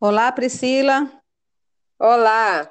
Olá, Priscila. Olá,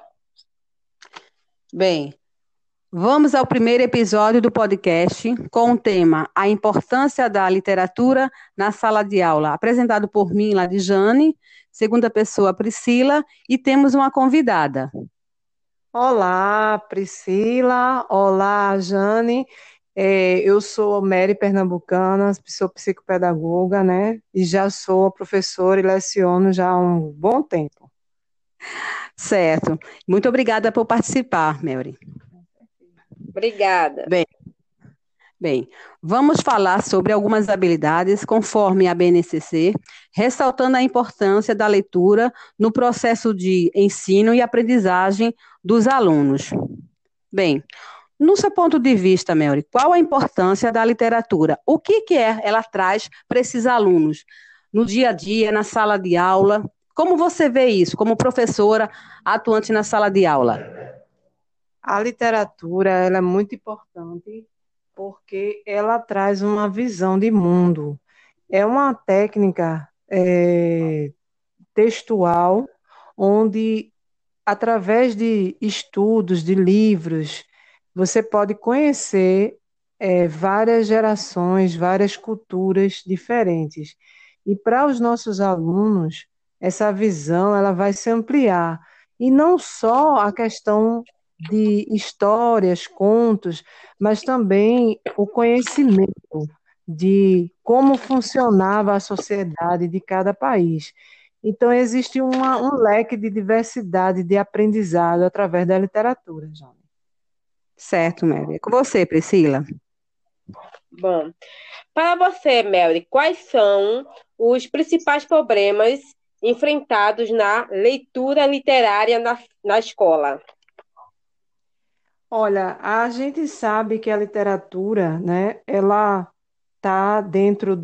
Bem, vamos ao primeiro episódio do podcast com o tema A Importância da Literatura na Sala de Aula, apresentado por mim, Ladijane, segunda pessoa, Priscila, e temos uma convidada. Olá, Priscila. Olá, Jane. Eu sou Mary Pernambucana, sou psicopedagoga, né? E já sou professora e leciono já há um bom tempo. Certo. Muito obrigada por participar, Mary. obrigada. Bem, bem, vamos falar sobre algumas habilidades conforme a BNCC, ressaltando a importância da leitura no processo de ensino e aprendizagem dos alunos. Bem, no seu ponto de vista, Melry, qual a importância da literatura? O que ela traz para esses alunos no dia a dia, na sala de aula? Como você vê isso, como professora atuante na sala de aula? A literatura, ela é muito importante porque ela traz uma visão de mundo. É uma técnica, textual, onde através de estudos, de livros, você pode conhecer várias gerações, várias culturas diferentes. E para os nossos alunos, essa visão ela vai se ampliar. E não só a questão de histórias, contos, mas também o conhecimento de como funcionava a sociedade de cada país. Então, existe um leque de diversidade de aprendizado através da literatura, João. Certo, Melry. É com você, Priscila. Bom, para você, Mary, quais são os principais problemas enfrentados na leitura literária na escola? Olha, a gente sabe que a literatura, né, ela está dentro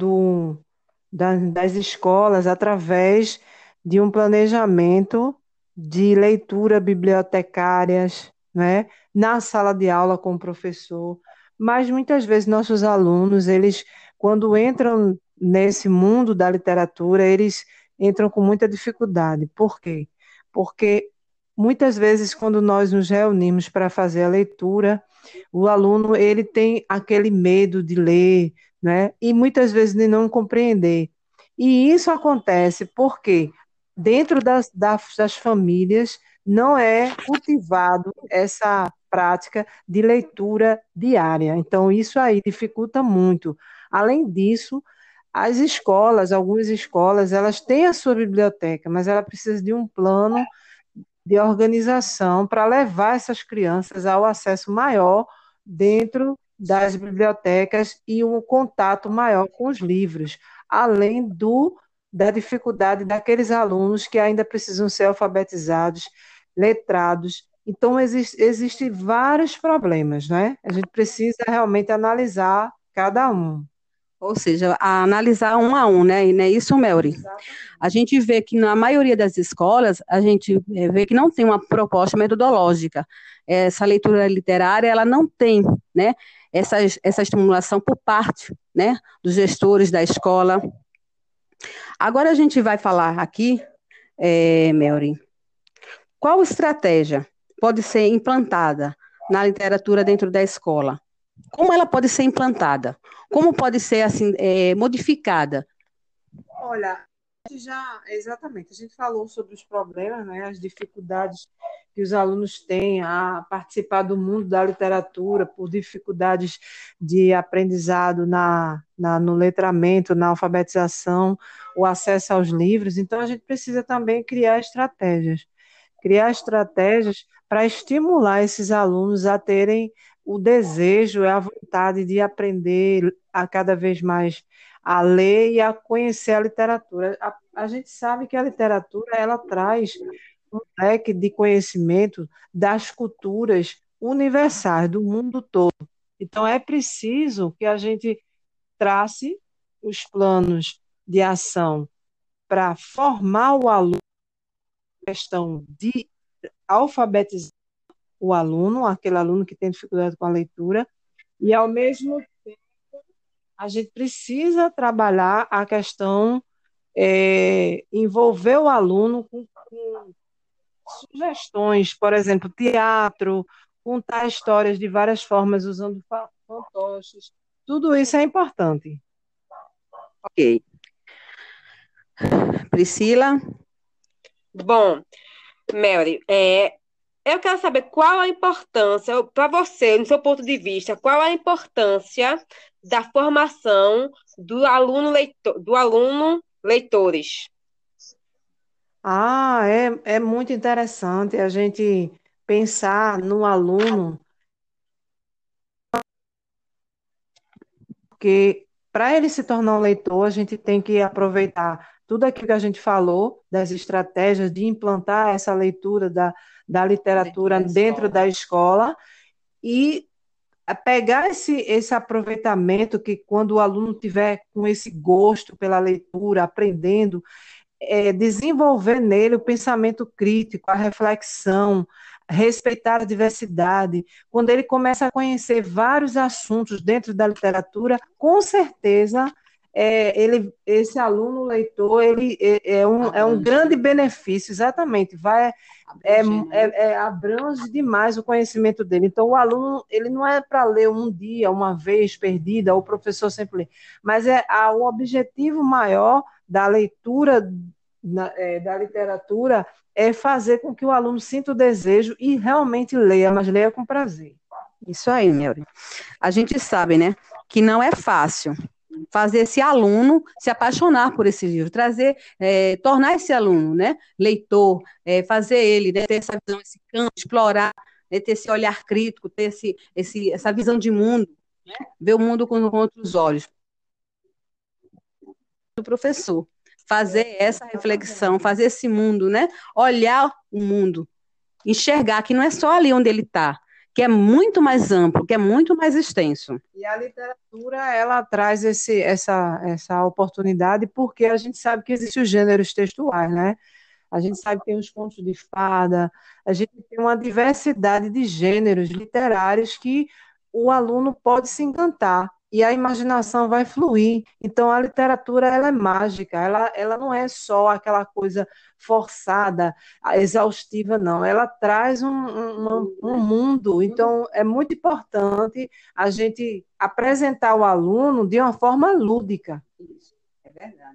das escolas através de um planejamento de leitura bibliotecárias, né, na sala de aula com o professor. Mas muitas vezes nossos alunos, eles, quando entram nesse mundo da literatura, eles entram com muita dificuldade. Por quê? Porque muitas vezes, quando nós nos reunimos para fazer a leitura, o aluno ele tem aquele medo de ler, né? E muitas vezes de não compreender. E isso acontece porque dentro das famílias não é cultivado essa prática de leitura diária. Então, isso aí dificulta muito. Além disso, as escolas, algumas escolas, elas têm a sua biblioteca, mas ela precisa de um plano de organização para levar essas crianças ao acesso maior dentro das bibliotecas e um contato maior com os livros, além da dificuldade daqueles alunos que ainda precisam ser alfabetizados, letrados. Então, existem vários problemas, né? A gente precisa realmente analisar cada um. Ou seja, analisar um a um, né? E não é isso, Melry? A gente vê que na maioria das escolas, a gente vê que não tem uma proposta metodológica. Essa leitura literária, ela não tem, né, essa estimulação por parte, né, dos gestores da escola. Agora a gente vai falar aqui, Melry, qual estratégia pode ser implantada na literatura dentro da escola? Como ela pode ser implantada? Como pode ser assim modificada? Olha, exatamente, a gente falou sobre os problemas, né, as dificuldades que os alunos têm a participar do mundo da literatura, por dificuldades de aprendizado no letramento, na alfabetização, o acesso aos livros. Então, a gente precisa também criar estratégias para estimular esses alunos a terem o desejo e a vontade de aprender a cada vez mais a ler e a conhecer a literatura. A gente sabe que a literatura ela traz um leque de conhecimento das culturas universais do mundo todo. Então é preciso que a gente trace os planos de ação para formar o aluno em questão de alfabetizar o aluno, aquele aluno que tem dificuldade com a leitura, e ao mesmo tempo a gente precisa trabalhar a questão envolver o aluno com sugestões, por exemplo, teatro, contar histórias de várias formas usando fantoches. Tudo isso é importante. Ok. Priscila? Bom, Mary, eu quero saber qual a importância, para você, no seu ponto de vista, qual a importância da formação do aluno leitores. É muito interessante a gente pensar no aluno, porque para ele se tornar um leitor, a gente tem que aproveitar tudo aquilo que a gente falou, das estratégias de implantar essa leitura da literatura dentro da escola e pegar esse aproveitamento que quando o aluno tiver com esse gosto pela leitura, aprendendo, desenvolver nele o pensamento crítico, a reflexão, respeitar a diversidade. Quando ele começa a conhecer vários assuntos dentro da literatura, com certeza esse aluno leitor é um grande benefício, exatamente, abrange demais o conhecimento dele. Então, o aluno ele não é para ler um dia, uma vez perdida, ou o professor sempre lê, mas o objetivo maior da leitura da literatura é fazer com que o aluno sinta o desejo e realmente leia, mas leia com prazer. Isso aí, Melvin. A gente sabe, né, que não é fácil fazer esse aluno se apaixonar por esse livro, tornar esse aluno, né, leitor, fazer ele, né, ter essa visão, esse campo, explorar, né, ter esse olhar crítico, ter essa visão de mundo, né, ver o mundo com outros olhos. Do professor, fazer essa reflexão, fazer esse mundo, né, olhar o mundo, enxergar que não é só ali onde ele está, que é muito mais amplo, que é muito mais extenso. E a literatura, ela traz essa oportunidade porque a gente sabe que existem os gêneros textuais, né? A gente sabe que tem os contos de fada, a gente tem uma diversidade de gêneros literários que o aluno pode se encantar e a imaginação vai fluir. Então, a literatura ela é mágica, ela não é só aquela coisa forçada, exaustiva, não. Ela traz um mundo. Então, é muito importante a gente apresentar o aluno de uma forma lúdica. Isso, é verdade.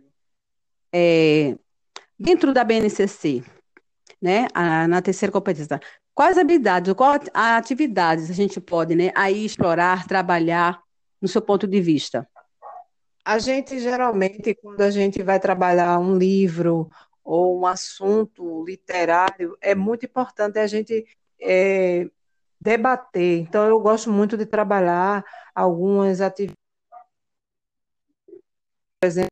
Dentro da BNCC, né, na terceira competência, quais habilidades, quais atividades a gente pode, né, aí explorar, trabalhar, no seu ponto de vista? A gente, geralmente, quando a gente vai trabalhar um livro ou um assunto literário, é muito importante a gente é, debater. Então, eu gosto muito de trabalhar algumas atividades, por exemplo,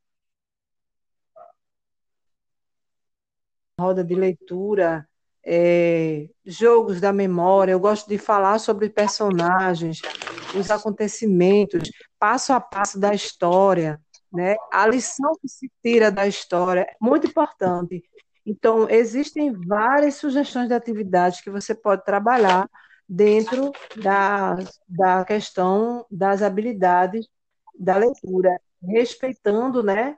roda de leitura, jogos da memória. Eu gosto de falar sobre personagens, os acontecimentos, passo a passo da história, né? A lição que se tira da história é muito importante. Então, existem várias sugestões de atividades que você pode trabalhar dentro da questão das habilidades da leitura, respeitando, né,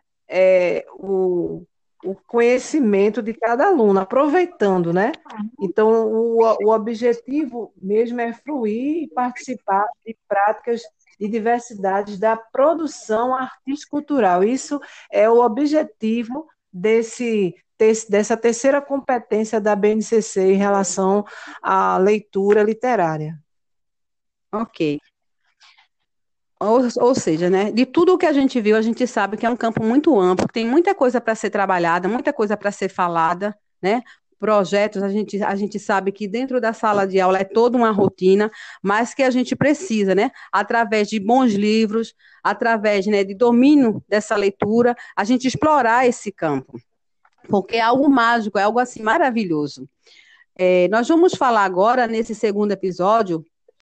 o conhecimento de cada aluno, aproveitando, né? Então, o objetivo mesmo é fluir e participar de práticas de diversidades da produção artístico-cultural. Isso é o objetivo dessa terceira competência da BNCC em relação à leitura literária. Ok. Ou seja, né, de tudo o que a gente viu, a gente sabe que é um campo muito amplo, que tem muita coisa para ser trabalhada, muita coisa para ser falada, né? Projetos, a gente sabe que dentro da sala de aula é toda uma rotina, mas que a gente precisa, né, através de bons livros, através, né, de domínio dessa leitura, a gente explorar esse campo, porque é algo mágico, é algo assim maravilhoso. Nós vamos falar agora, nesse segundo episódio,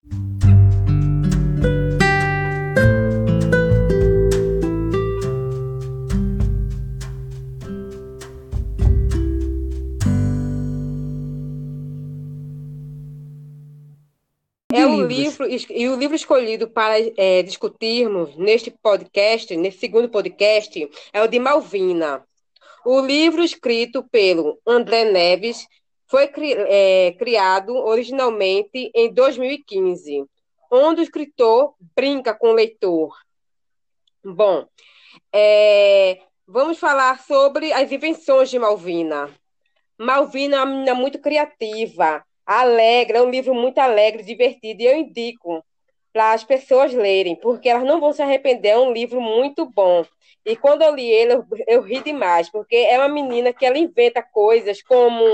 O livro escolhido para discutirmos neste podcast, nesse segundo podcast, é o de Malvina, O livro, escrito pelo André Neves, foi criado originalmente em 2015, onde o escritor brinca com o leitor. Bom, vamos falar sobre as invenções de Malvina. Malvina é uma menina muito criativa, alegre, é um livro muito alegre, divertido, e eu indico para as pessoas lerem, porque elas não vão se arrepender, é um livro muito bom. E quando eu li ele, eu ri demais, porque é uma menina que ela inventa coisas como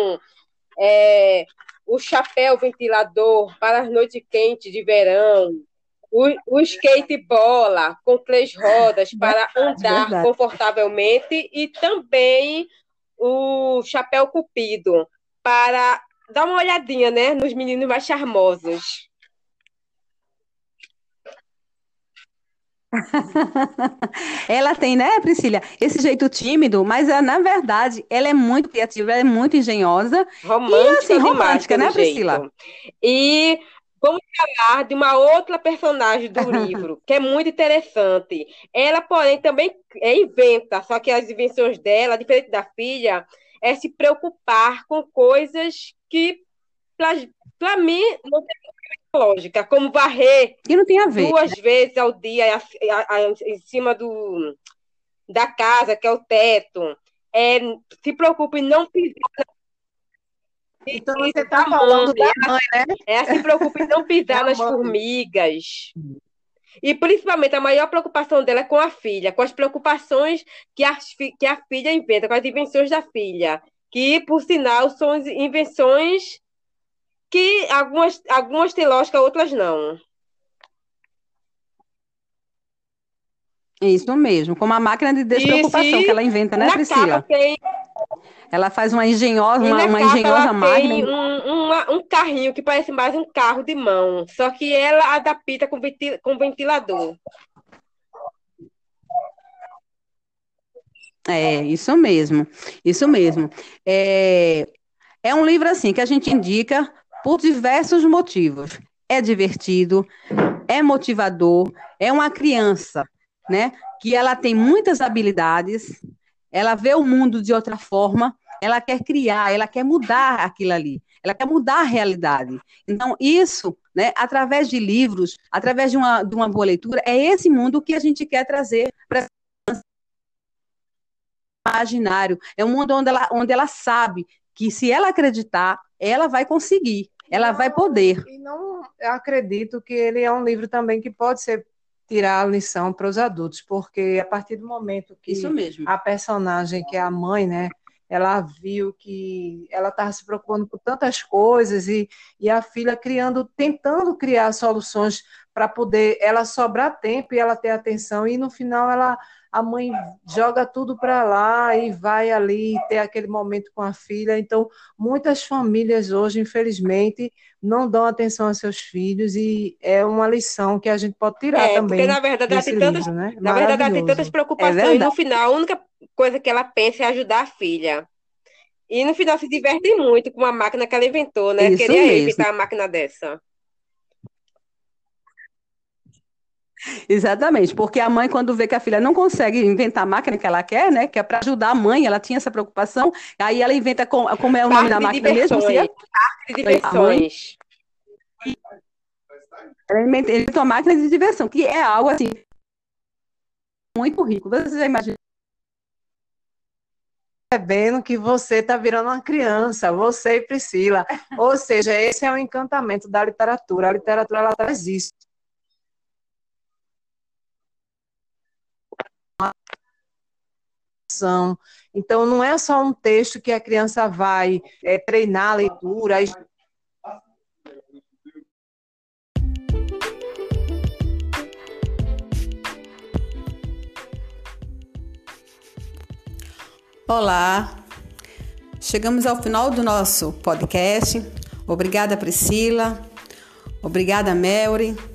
o chapéu ventilador para as noites quentes de verão, o skate bola com 3 rodas para andar Verdade. confortavelmente e também o chapéu cupido para dar uma olhadinha, né, nos meninos mais charmosos. Ela tem, né, Priscila, esse jeito tímido, mas na verdade ela é muito criativa, ela é muito engenhosa e assim, Romântica demais, romântica, pelo né, Priscila? jeito. E vamos falar de uma outra personagem do livro, que é muito interessante. Ela, porém, também inventa, só que as invenções dela, diferente da filha, é se preocupar com coisas que, para mim, não tem lógica, como varrer Que não tem a ver. 2 vezes ao dia em cima da casa, que é o teto. Se preocupe em não pisar Então você na está mão. falando da mãe, né? Se preocupe em não pisar Da nas mãe. formigas. E principalmente a maior preocupação dela é com a filha, com as preocupações que a filha inventa, com as invenções da filha. Que, por sinal, são invenções que algumas têm lógica, outras não. É isso mesmo, como a máquina de despreocupação que ela inventa, né, na Priscila? capa tem Ela faz uma engenhosa, E na uma capa engenhosa ela máquina. tem um carrinho que parece mais um carro de mão, só que ela adapta com ventilador. É, isso mesmo, isso mesmo. É um livro assim que a gente indica por diversos motivos. É divertido, é motivador, é uma criança, né, que ela tem muitas habilidades, ela vê o mundo de outra forma, ela quer criar, ela quer mudar aquilo ali, ela quer mudar a realidade. Então, isso, né, através de livros, através de uma boa leitura, é esse mundo que a gente quer trazer para o imaginário. É um mundo onde ela sabe que se ela acreditar, ela vai conseguir, ela vai poder. E não, eu acredito que ele é um livro também que pode ser tirar a lição para os adultos, porque a partir do momento Isso que mesmo. a personagem, que é a mãe, né, ela viu que ela estava se preocupando com tantas coisas e a filha tentando criar soluções para poder ela sobrar tempo e ela ter atenção, e no final a mãe joga tudo para lá e vai ali ter aquele momento com a filha. Então, muitas famílias hoje, infelizmente, não dão atenção aos seus filhos e é uma lição que a gente pode tirar Porque também na verdade desse livro, né? ela tem tantas Maravilhoso. preocupações, É e verdade. no final a única coisa que ela pensa é ajudar a filha. E no final se diverte muito com a máquina que ela inventou, né? Isso Queria eu mesmo. inventar uma máquina dessa. Exatamente, porque a mãe, quando vê que a filha não consegue inventar a máquina que ela quer, né, que é para ajudar a mãe, ela tinha essa preocupação, aí ela inventa, como é o nome Parque da de máquina mesmo, diversões. Cia? Parque de A mãe, diversões. ela inventa uma máquina de diversão, que é algo assim, muito rico. Você já imagina? Percebendo que você está virando uma criança, você e Priscila. Ou seja, esse é o encantamento da literatura. A literatura, ela traz isso. Então, não é só um texto que a criança vai treinar a leitura. Olá, chegamos ao final do nosso podcast. Obrigada, Priscila. Obrigada, Melry.